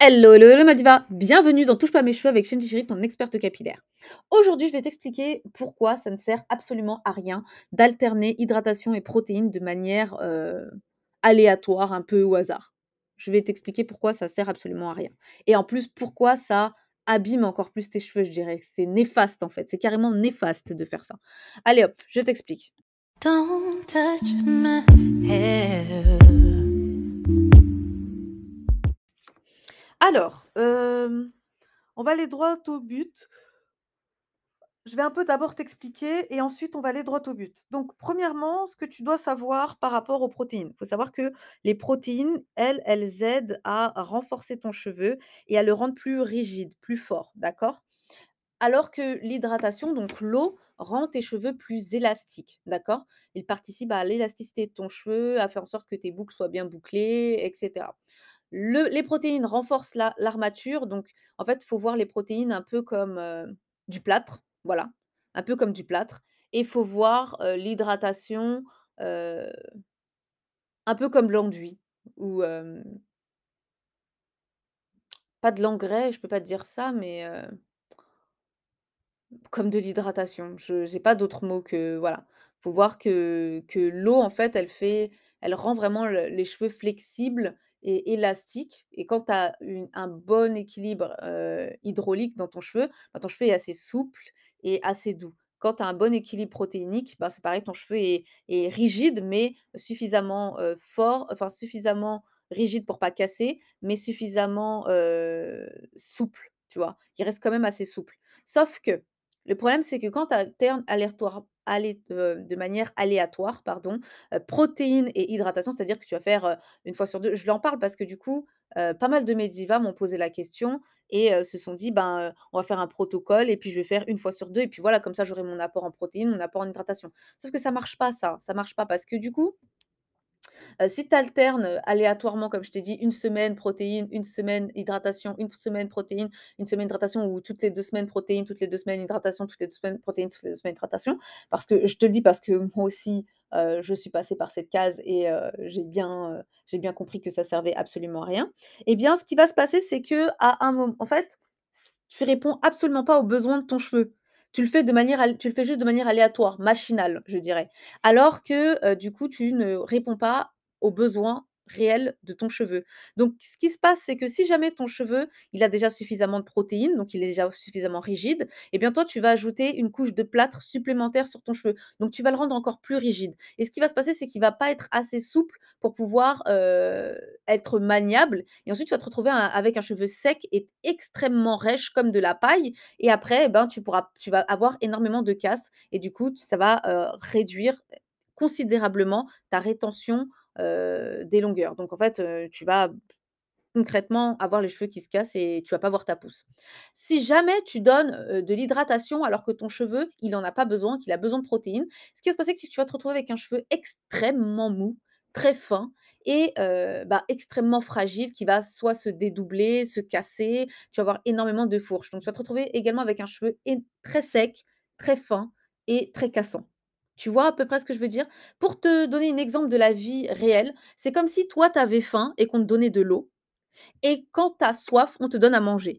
Hello, hello, hello ma diva! Bienvenue dans Touche pas à mes cheveux avec Shenji Chiri, ton experte capillaire. Aujourd'hui, je vais t'expliquer pourquoi ça ne sert absolument à rien d'alterner hydratation et protéines de manière, aléatoire, un peu au hasard. Je vais t'expliquer pourquoi ça sert absolument à rien et en plus, pourquoi ça abîme encore plus tes cheveux, je dirais. C'est néfaste en fait, c'est carrément néfaste de faire ça. Allez hop, je t'explique. Don't touch my hair. Alors, on va aller droit au but. Je vais un peu d'abord t'expliquer et ensuite on va aller droit au but. Donc, premièrement, ce que tu dois savoir par rapport aux protéines. Il faut savoir que les protéines, elles aident à renforcer ton cheveu et à le rendre plus rigide, plus fort, d'accord? Alors que l'hydratation, donc l'eau, rend tes cheveux plus élastiques, d'accord? Il participe à l'élasticité de ton cheveu, à faire en sorte que tes boucles soient bien bouclées, etc. Les protéines renforcent l'armature, donc en fait, il faut voir les protéines un peu comme, du plâtre, voilà, un peu comme du plâtre et il faut voir, l'hydratation, heu, un peu comme l'enduit ou pas de l'engrais, je peux pas te dire ça, mais comme de l'hydratation. Je j'ai pas d'autres mots que voilà. Faut voir que l'eau, en fait, elle rend vraiment les cheveux flexibles et élastiques et quand tu as un bon équilibre, hydraulique dans ton cheveu, bah, ton cheveu est assez souple et assez doux. Quand tu as un bon équilibre protéinique, bah, c'est pareil, ton cheveu est rigide mais suffisamment, fort, enfin suffisamment rigide pour pas casser, mais suffisamment, souple, tu vois? Il reste quand même assez souple. Sauf que le problème, c'est que quand tu alternes de manière aléatoire, pardon, protéines et hydratation, c'est-à-dire que tu vas faire, 1 fois sur 2. Je l'en parle parce que du coup, pas mal de mes divas m'ont posé la question et se sont dit: «Ben, on va faire un protocole et puis je vais faire 1 fois sur 2 et puis voilà, comme ça j'aurai mon apport en protéines, mon apport en hydratation». Sauf que ça marche pas ça, ça marche pas parce que du coup, si tu alternes, aléatoirement, comme je t'ai dit, une semaine protéines, une semaine hydratation, une semaine protéines, une semaine hydratation ou toutes les 2 semaines protéines, toutes les 2 semaines hydratation, toutes les 2 semaines protéines, toutes les 2 semaines hydratation. Parce que je te le dis parce que moi aussi, je suis passée par cette case et j'ai bien compris que ça servait absolument à rien. Eh bien, ce qui va se passer, c'est qu'à un moment en fait, tu réponds absolument pas aux besoins de ton cheveu. Tu le fais juste de manière aléatoire, machinale, je dirais. Alors que, du coup, tu ne réponds pas aux besoins réels de ton cheveu. Donc ce qui se passe, c'est que si jamais ton cheveu, il a déjà suffisamment de protéines, donc il est déjà suffisamment rigide, et bien toi, tu vas ajouter une couche de plâtre supplémentaire sur ton cheveu. Donc tu vas le rendre encore plus rigide et ce qui va se passer, c'est qu'il va pas être assez souple pour pouvoir, être maniable et ensuite tu vas te retrouver avec un cheveu sec et extrêmement rêche comme de la paille et après, eh ben, tu vas avoir énormément de casse et du coup, ça va, réduire considérablement ta rétention, des longueurs. Donc en fait, tu vas concrètement avoir les cheveux qui se cassent et tu vas pas voir ta pousse. Si jamais tu donnes, de l'hydratation alors que ton cheveu, il en a pas besoin, qu'il a besoin de protéines, ce qui va se passer, c'est que tu vas te retrouver avec un cheveu extrêmement mou, très fin et bah, extrêmement fragile qui va soit se dédoubler, se casser, tu vas avoir énormément de fourches. Donc tu vas te retrouver également avec un cheveu très sec, très fin et très cassant. Tu vois à peu près ce que je veux dire? Pour te donner un exemple de la vie réelle, c'est comme si toi tu avais faim et qu'on te donnait de l'eau et quand tu as soif, on te donne à manger,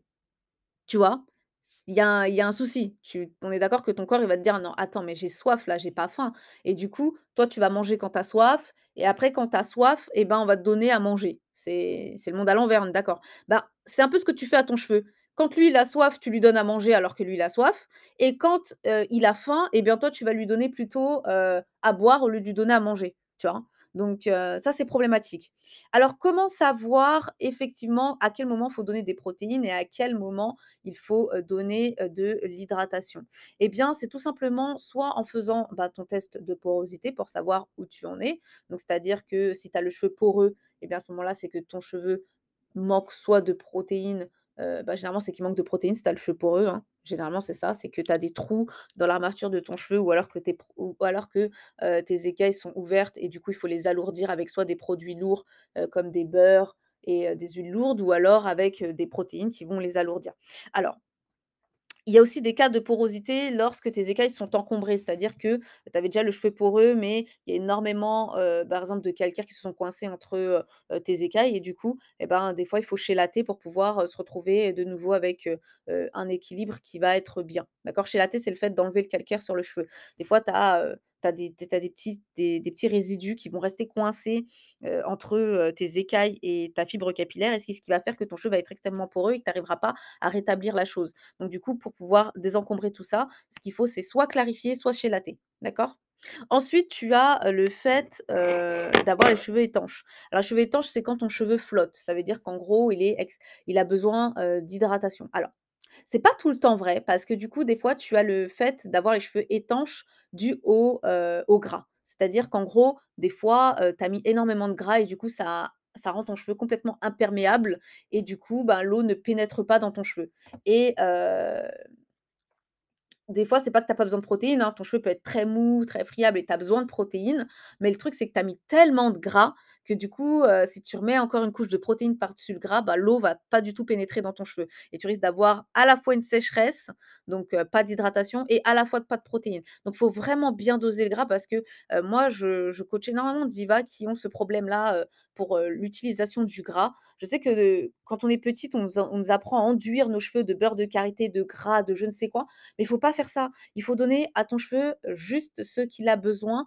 tu vois? Il y a un souci. On est d'accord que ton corps, il va te dire: «Non, attends, mais j'ai soif là, j'ai pas faim» et du coup, toi, tu vas manger quand tu as soif et après quand tu as soif et ben, on va te donner à manger. C'est le monde à l'envers, on est d'accord? Bah, c'est un peu ce que tu fais à ton cheveu. Quand lui, il a soif, tu lui donnes à manger alors que lui, il a soif et quand, il a faim et bien, toi, tu vas lui donner plutôt, à boire au lieu de lui donner à manger, tu vois? Donc ça, c'est problématique. Alors comment savoir effectivement à quel moment il faut donner des protéines et à quel moment il faut, donner, de l'hydratation? Eh bien, c'est tout simplement soit en faisant, bah, ton test de porosité pour savoir où tu en es. Donc c'est-à-dire que si tu as le cheveu poreux et bien à ce moment-là, c'est que ton cheveu manque soit de protéines, bah, généralement, c'est qu'il manque de protéines si tu as le cheveu poreux, hein. Généralement, c'est ça, c'est que tu as des trous dans l'armature de ton cheveu ou alors que, tes écailles sont ouvertes et du coup, il faut les alourdir avec soit des produits lourds, comme des beurres et des huiles lourdes ou alors avec, des protéines qui vont les alourdir. Alors Il y a aussi des cas de porosité lorsque tes écailles sont encombrées, c'est-à-dire que tu avais déjà le cheveu poreux, mais il y a énormément, par exemple, de calcaire qui se sont coincés entre, tes écailles et du coup, et ben, des fois, il faut chélater pour pouvoir, se retrouver de nouveau avec, un équilibre qui va être bien. D'accord? Chélater, c'est le fait d'enlever le calcaire sur le cheveu. Des fois, tu as, des petits résidus qui vont rester coincés, entre, tes écailles et ta fibre capillaire et ce qui va faire que ton cheveu va être extrêmement poreux et que tu arriveras pas à rétablir la chose. Donc du coup, pour pouvoir désencombrer tout ça, ce qu'il faut, c'est soit clarifier, soit chélater, d'accord? Ensuite, tu as, le fait, d'avoir les cheveux étanches. Alors les cheveux étanches, c'est quand ton cheveu flotte. Ça veut dire qu'en gros, il a besoin, d'hydratation. Alors, c'est pas tout le temps vrai parce que du coup, des fois, tu as le fait d'avoir les cheveux étanches dû au gras. C'est-à-dire qu'en gros, des fois, tu as mis énormément de gras et du coup, ça rend ton cheveu complètement imperméable et du coup, ben, l'eau ne pénètre pas dans ton cheveu et des fois, c'est pas que tu as pas besoin de protéines, hein, ton cheveu peut être très mou, très friable et tu as besoin de protéines, mais le truc, c'est que tu as mis tellement de gras que du coup, si tu remets encore une couche de protéines par-dessus le gras, bah, l'eau va pas du tout pénétrer dans ton cheveu et tu risques d'avoir à la fois une sécheresse, donc pas d'hydratation et à la fois pas de protéines. Donc il faut vraiment bien doser le gras parce que, moi, je coach énormément de divas qui ont ce problème-là, pour, l'utilisation du gras. Je sais que, quand on est petite, on nous apprend à enduire nos cheveux de beurre de karité, de gras, de je ne sais quoi, mais il faut pas faire ça. Il faut donner à ton cheveu, juste ce qu'il a besoin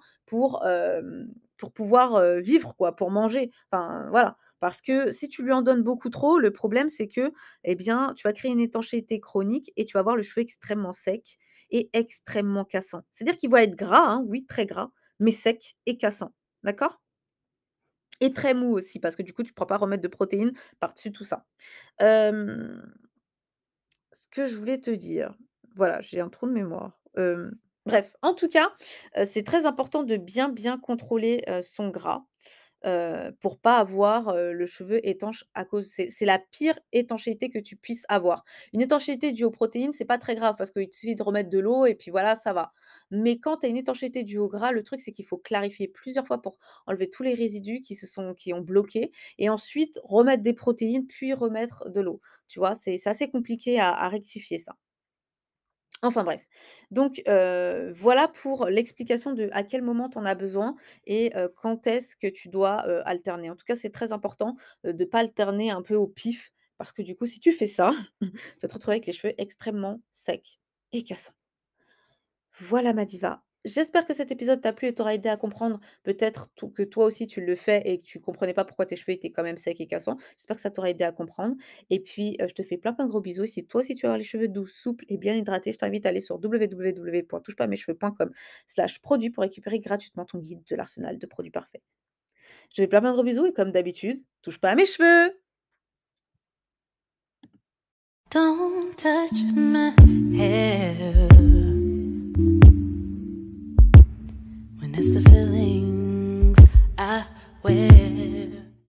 pour pouvoir, vivre quoi, pour manger. Enfin, voilà. Parce que si tu lui en donnes beaucoup trop, le problème c'est que, eh bien, tu vas créer une étanchéité chronique et tu vas avoir le cheveu extrêmement sec et extrêmement cassant. C'est-à-dire qu'il va être gras, hein, oui, très gras, mais sec et cassant. D'accord? Et très mou aussi parce que du coup, tu ne pourras pas remettre de protéines par-dessus tout ça. Hem Ce que je voulais te dire, voilà, j'ai un trou de mémoire. Bref, en tout cas, c'est très important de bien, bien contrôler, son gras, pour pas avoir, le cheveu étanche à cause c'est la pire étanchéité que tu puisses avoir. Une étanchéité due aux protéines, c'est pas très grave parce qu'il te suffit de remettre de l'eau et puis voilà, ça va. Mais quand tu as une étanchéité due au gras, le truc, c'est qu'il faut clarifier plusieurs fois pour enlever tous les résidus qui ont bloqué et ensuite remettre des protéines, puis remettre de l'eau. Tu vois? C'est assez compliqué à rectifier ça. Enfin bref. Donc voilà pour l'explication de à quel moment tu en as besoin et quand est-ce que tu dois, alterner. En tout cas, c'est très important, de pas alterner un peu au pif parce que du coup, si tu fais ça, tu vas te retrouver avec les cheveux extrêmement secs et cassants. Voilà ma diva. J'espère que cet épisode t'a plu et t'aura aidé à comprendre peut-être que toi aussi tu le fais et que tu comprenais pas pourquoi tes cheveux étaient quand même secs et cassants. J'espère que ça t'aura aidé à comprendre. Et puis, je te fais plein plein de gros bisous. Et si toi aussi tu veux avoir les cheveux doux, souples et bien hydratés, je t'invite à aller sur www.touchepasamescheveux.com/produit pour récupérer gratuitement ton guide de l'arsenal de produits parfaits. Je te fais plein plein de gros bisous et comme d'habitude, touche pas à mes cheveux! Don't touch my hair when it's the feelings I wear.